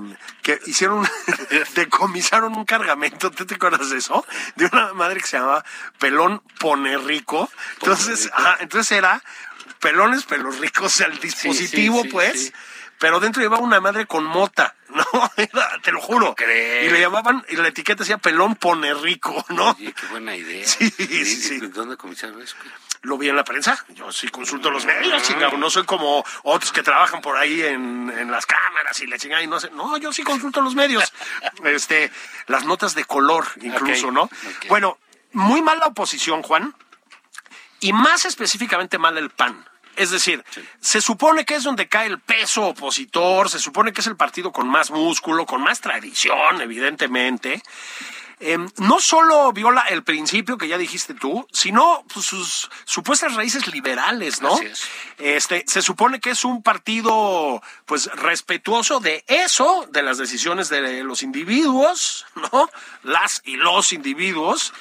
decomisaron un cargamento? ¿Tú te acuerdas de eso? De una madre que se llamaba Pelón Ponerrico. Entonces era pelos ricos al dispositivo, sí. Pero dentro llevaba una madre con mota, ¿no? Te lo juro. Y le llamaban, y la etiqueta decía Pelón Ponerrico, ¿no? Oye, qué buena idea. Sí. ¿Dónde comisaron eso? Lo vi en la prensa, yo sí consulto los medios, chingado, no soy como otros que trabajan por ahí en las cámaras y la chingada y no sé, no, yo sí consulto los medios, las notas de color incluso, ¿no? Okay. Bueno, muy mal la oposición, Juan, y más específicamente mal el PAN. Es decir, se supone que es donde cae el peso opositor, se supone que es el partido con más músculo, con más tradición, evidentemente. No solo viola el principio que ya dijiste tú, sino pues, sus supuestas raíces liberales, ¿no? Así es. Se supone que es un partido pues respetuoso de eso, de las decisiones de los individuos, ¿no? Las y los individuos,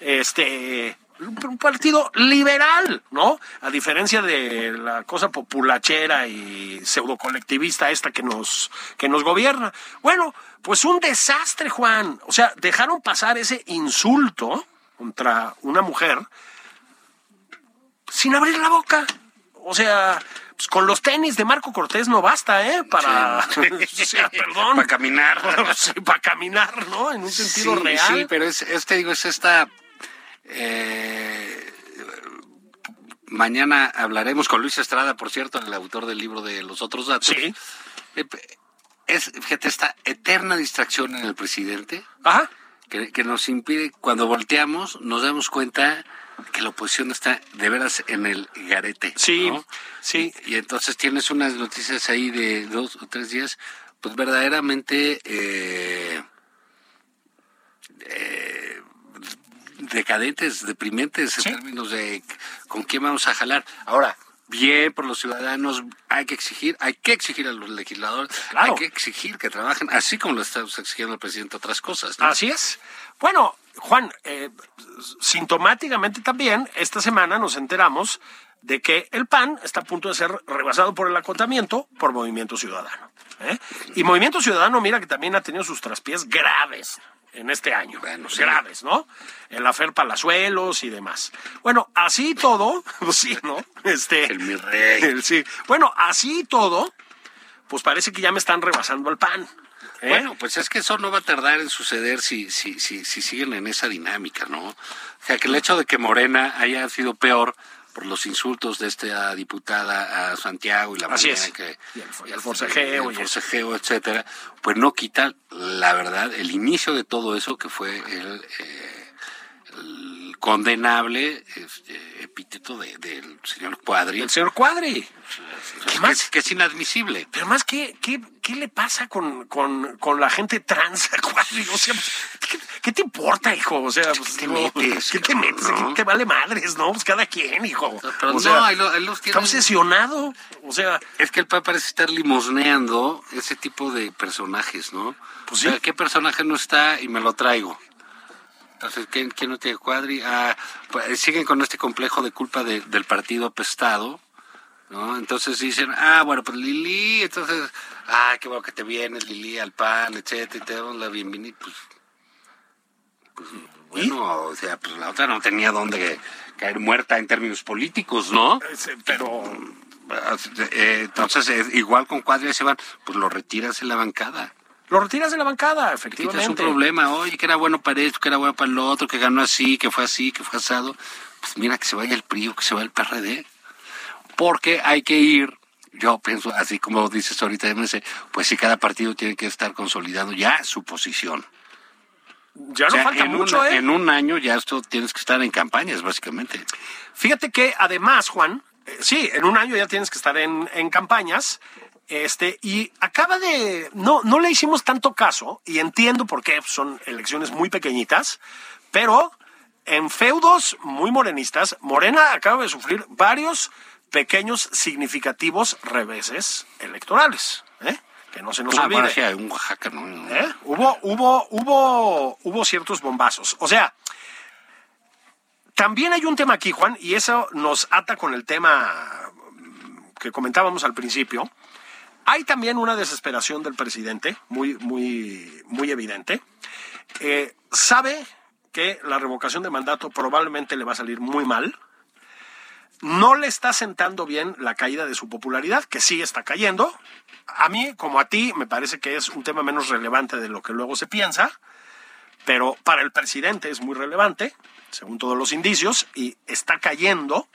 un partido liberal, ¿no? A diferencia de la cosa populachera y pseudocolectivista esta que nos gobierna. Bueno, pues un desastre, Juan. O sea, dejaron pasar ese insulto contra una mujer sin abrir la boca. O sea, pues con los tenis de Marco Cortés no basta, para... o sea, perdón. Para caminar. Sí, para caminar, ¿no? En un sentido real. Sí, pero es esta... mañana hablaremos con Luis Estrada, por cierto, el autor del libro de Los Otros Datos. Sí. Fíjate, esta eterna distracción en el presidente. Ajá. Que nos impide, cuando volteamos, nos damos cuenta que la oposición está de veras en el garete. Sí, ¿no? sí. Y entonces tienes unas noticias ahí de 2 o 3 días, pues verdaderamente... decadentes, deprimentes en términos de con quién vamos a jalar. Ahora, bien por los ciudadanos, hay que exigir a los legisladores, claro. Hay que exigir que trabajen, así como lo estamos exigiendo al presidente otras cosas, ¿no? Así es. Bueno, Juan, sintomáticamente también, esta semana nos enteramos de que el PAN está a punto de ser rebasado por el acotamiento por Movimiento Ciudadano. Y Movimiento Ciudadano, mira que también ha tenido sus traspiés graves en este año, Bueno, sí. graves, ¿no? El afer Palazuelos y demás. Bueno, así y todo, pues sí, ¿no? El mi rey. Sí. Bueno, así y todo, pues parece que ya me están rebasando el pan. Bueno, pues es que eso no va a tardar en suceder si siguen en esa dinámica, ¿no? O sea, que el hecho de que Morena haya sido peor por los insultos de esta diputada a Santiago y la Así manera es. que Y el forcejeo. el forcejeo, etcétera, pues no quita, la verdad, el inicio de todo eso que fue el condenable epíteto del señor Cuadri. El señor Cuadri. ¿Qué más? Que es inadmisible. Pero más, ¿qué le pasa con la gente trans, Cuadri? O sea, pues, ¿qué te importa, hijo? O sea, pues, ¿Qué te metes? ¿Qué te metes? ¿No? ¿Qué te vale madres, no? Pues cada quien, hijo. Pero o sea, él los tiene... está obsesionado. O sea, Es que el PAN parece estar limosneando ese tipo de personajes, ¿no? Pues sí. O sea, ¿qué personaje no está y me lo traigo? Entonces, ¿quién no tiene Cuadri? Pues, siguen con este complejo de culpa del partido apestado, ¿no? Entonces dicen, bueno, pues Lili, entonces, qué bueno que te vienes, Lili, al PAN, etcétera, y te damos la bienvenida, pues bueno, o sea, pues la otra no tenía dónde caer muerta en términos políticos, ¿no? pero Entonces, igual con Cuadri se van, pues lo retiras en la bancada. lo retiras de la bancada, Quitas efectivamente. un problema, oye, que era bueno para esto, que era bueno para lo otro, que ganó así, que fue asado. Pues mira, que se vaya el PRI o que se vaya el PRD. Porque hay que ir, yo pienso, así como dices ahorita, pues si cada partido tiene que estar consolidando ya su posición. Ya O sea, no falta mucho, en un año ya esto tienes que estar en campañas, básicamente. Fíjate que además, Juan, sí, en un año ya tienes que estar en campañas, y acaba de... No le hicimos tanto caso, y entiendo por qué, son elecciones muy pequeñitas, pero en feudos muy morenistas, Morena acaba de sufrir varios pequeños significativos reveses electorales, que no se nos olvide. Bueno, sí, hay un Oaxaca, ¿no? Hubo ciertos bombazos. O sea, también hay un tema aquí, Juan, y eso nos ata con el tema que comentábamos al principio. Hay también una desesperación del presidente, muy, muy, muy evidente. Sabe que la revocación de mandato probablemente le va a salir muy mal. No le está sentando bien la caída de su popularidad, que sí está cayendo. A mí, como a ti, me parece que es un tema menos relevante de lo que luego se piensa, pero para el presidente es muy relevante, según todos los indicios, y está cayendo.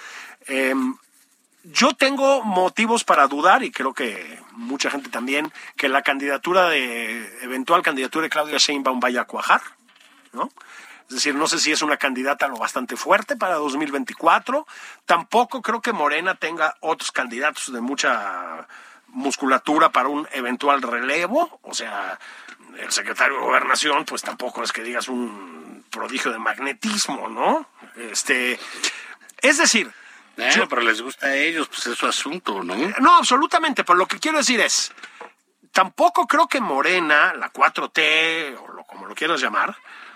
Yo tengo motivos para dudar, y creo que mucha gente también, que la eventual candidatura de Claudia Sheinbaum vaya a cuajar, ¿no? Es decir, no sé si es una candidata lo bastante fuerte para 2024. Tampoco creo que Morena tenga otros candidatos de mucha musculatura para un eventual relevo. O sea, el secretario de Gobernación, pues tampoco es que digas un prodigio de magnetismo, ¿no? Es decir... pero les gusta a ellos, pues es su asunto, ¿no? No, absolutamente, pero lo que quiero decir es, tampoco creo que Morena, la 4T, o como lo quieras llamar,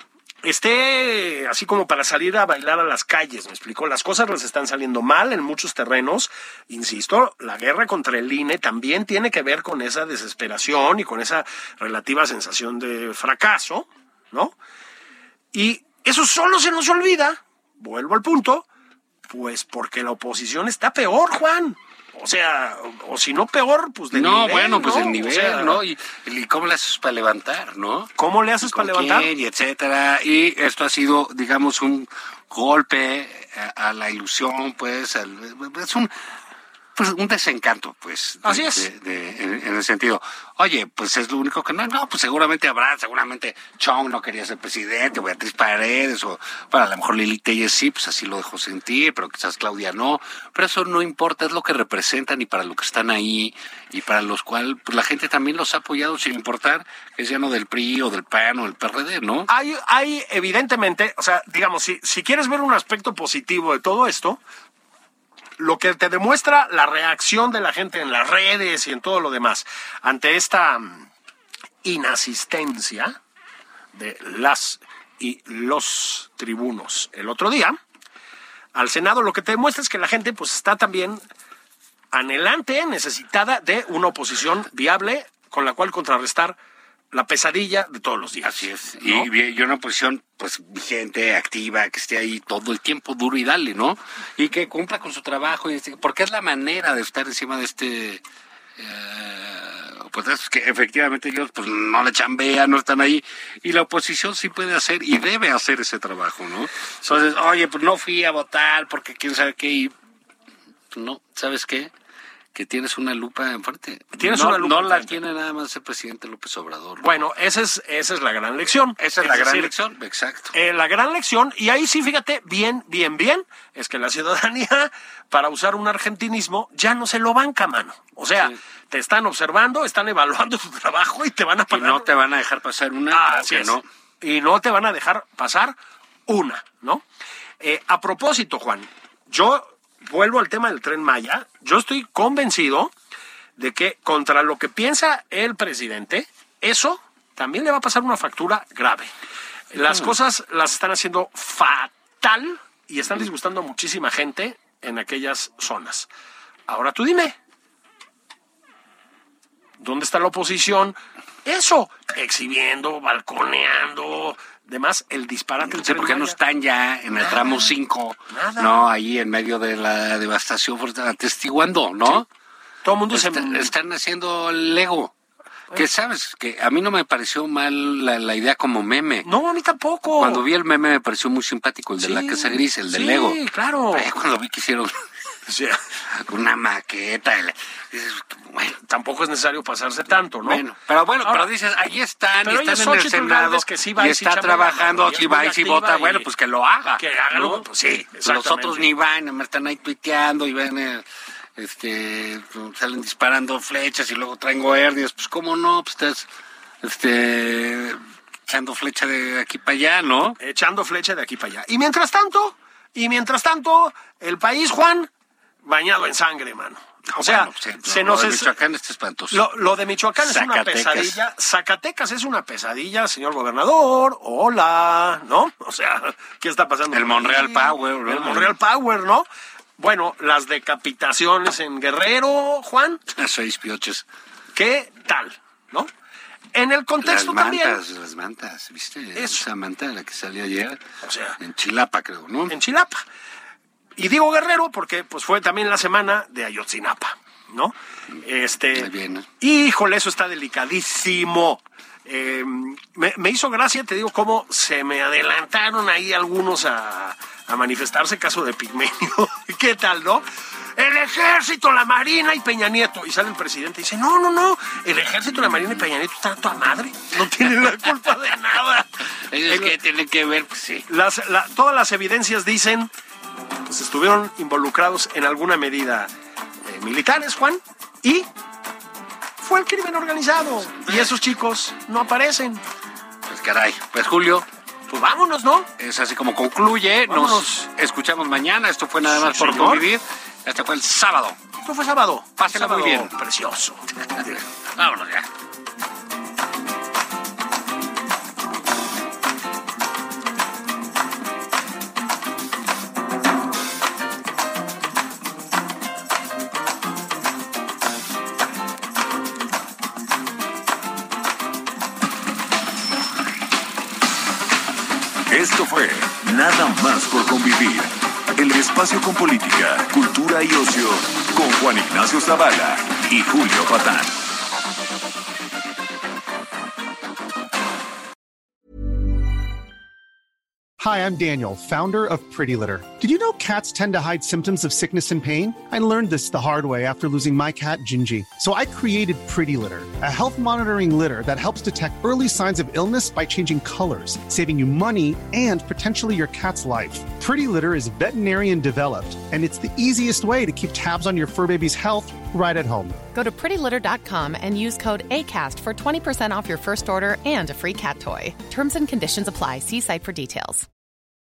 esté así como para salir a bailar a las calles, ¿me explicó? Las cosas les están saliendo mal en muchos terrenos. Insisto, la guerra contra el INE también tiene que ver con esa desesperación y con esa relativa sensación de fracaso, ¿no? Y eso solo se nos olvida, vuelvo al punto, pues porque la oposición está peor, Juan. O sea, o si no peor, pues de nivel. No, bueno, pues ¿no? el nivel, o sea, ¿no? Y cómo le haces para levantar, ¿no? ¿Cómo le haces para levantar? Quién, y etcétera. Y esto ha sido, digamos, un golpe a la ilusión, pues, es un desencanto, pues. Así es. En el sentido, oye, pues es lo único que no, pues seguramente Chong no quería ser presidente, o Beatriz Paredes, o para a lo mejor Lili Telles sí, pues así lo dejó sentir, pero quizás Claudia no, pero eso no importa, es lo que representan y para lo que están ahí, y para los cuales pues la gente también los ha apoyado sin importar que es ya no del PRI o del PAN o del PRD, ¿no? Hay evidentemente, o sea, digamos, si quieres ver un aspecto positivo de todo esto, lo que te demuestra la reacción de la gente en las redes y en todo lo demás ante esta inasistencia de las y los tribunos el otro día al Senado, lo que te demuestra es que la gente pues está también anhelante, necesitada de una oposición viable con la cual contrarrestar la pesadilla de todos los días. Así es. ¿no? Y una posición pues vigente, activa, que esté ahí todo el tiempo duro y dale, ¿no? Y que cumpla con su trabajo, porque es la manera de estar encima de este... pues es que efectivamente ellos pues no le chambean, no están ahí, y la oposición sí puede hacer y debe hacer ese trabajo, ¿no? Entonces, oye, pues no fui a votar porque quién sabe qué, y no, ¿sabes qué? Que tienes una lupa enfrente. No la tiene nada más el presidente López Obrador. Bueno, esa es la gran lección. Esa es la gran lección, exacto. La gran lección, y ahí sí, fíjate, bien, es que la ciudadanía, para usar un argentinismo, ya no se lo banca, mano. O sea, sí. Te están observando, están evaluando tu trabajo y te van a pagar. Y no te van a dejar pasar una. Así es. No. Y no te van a dejar pasar una, ¿no? A propósito, Juan, yo vuelvo al tema del Tren Maya. Yo estoy convencido de que contra lo que piensa el presidente, eso también le va a pasar una factura grave. Las cosas las están haciendo fatal y están disgustando a muchísima gente en aquellas zonas. Ahora tú dime, ¿dónde está la oposición? Eso, exhibiendo, balconeando, demás, el disparate. No sé por qué no están ya en el tramo 5, ¿no? Ahí en medio de la devastación, atestiguando, ¿no? Sí. Todo el mundo están haciendo Lego. Que sabes, que a mí no me pareció mal la idea como meme. No, a mí tampoco. Cuando vi el meme me pareció muy simpático, el de la Casa Gris, el de Lego. Sí, claro. Pero cuando vi que hicieron una maqueta, bueno, tampoco es necesario pasarse tanto, ¿no? Bueno, pero dices, ahí están, y están en el Senado, que sí y está trabajando, si va y si vota, bueno, pues que lo haga. Que haga, ¿no? Pues sí, exactamente. Los otros ni van, están ahí tuiteando y ven... salen disparando flechas y luego traen guardias, pues cómo no, pues estás echando flecha de aquí para allá, ¿no? Echando flecha de aquí para allá. Y mientras tanto, el país, Juan, bañado en sangre, mano. O sea, lo de Michoacán está espantoso. Lo de Michoacán es una pesadilla. Zacatecas es una pesadilla, señor gobernador. Hola, ¿no? O sea, ¿qué está pasando? El Monreal Power, ¿no? El Monreal Power, ¿no? Bueno, las decapitaciones en Guerrero, Juan. 6 pioches. ¿Qué tal? ¿No? En el contexto las mantas, ¿viste? Eso. Esa manta de la que salió ayer. O sea, en Chilapa, creo, ¿no? En Chilapa. Y digo Guerrero porque pues fue también la semana de Ayotzinapa, ¿no? Muy bien. Híjole, eso está delicadísimo. Me hizo gracia, te digo, cómo se me adelantaron ahí algunos a manifestarse, caso de Pigmenio. ¿Qué tal, no? El ejército, la marina y Peña Nieto. Y sale el presidente y dice, no, el ejército, la marina y Peña Nieto están a toda madre. No tienen la culpa de nada. Ellos que tienen que ver, pues sí. Todas las evidencias dicen, pues estuvieron involucrados en alguna medida militares, Juan, y fue el crimen organizado. Y esos chicos no aparecen. Pues caray, pues Julio, pues vámonos, ¿no? Es así como concluye. Vámonos. Nos escuchamos mañana. Esto fue nada más por convivir. Este fue el sábado. Esto fue sábado. Pásenla muy bien. Precioso. Vámonos ya. Esto fue Nada más por convivir. El espacio con política, cultura y ocio con Juan Ignacio Zavala y Julio Patán. Hi, I'm Daniel, founder of Pretty Litter. Did you know cats tend to hide symptoms of sickness and pain? I learned this the hard way after losing my cat, Gingy. So I created Pretty Litter, a health monitoring litter that helps detect early signs of illness by changing colors, saving you money and potentially your cat's life. Pretty Litter is veterinarian developed, and it's the easiest way to keep tabs on your fur baby's health right at home. Go to prettylitter.com and use code ACAST for 20% off your first order and a free cat toy. Terms and conditions apply. See site for details.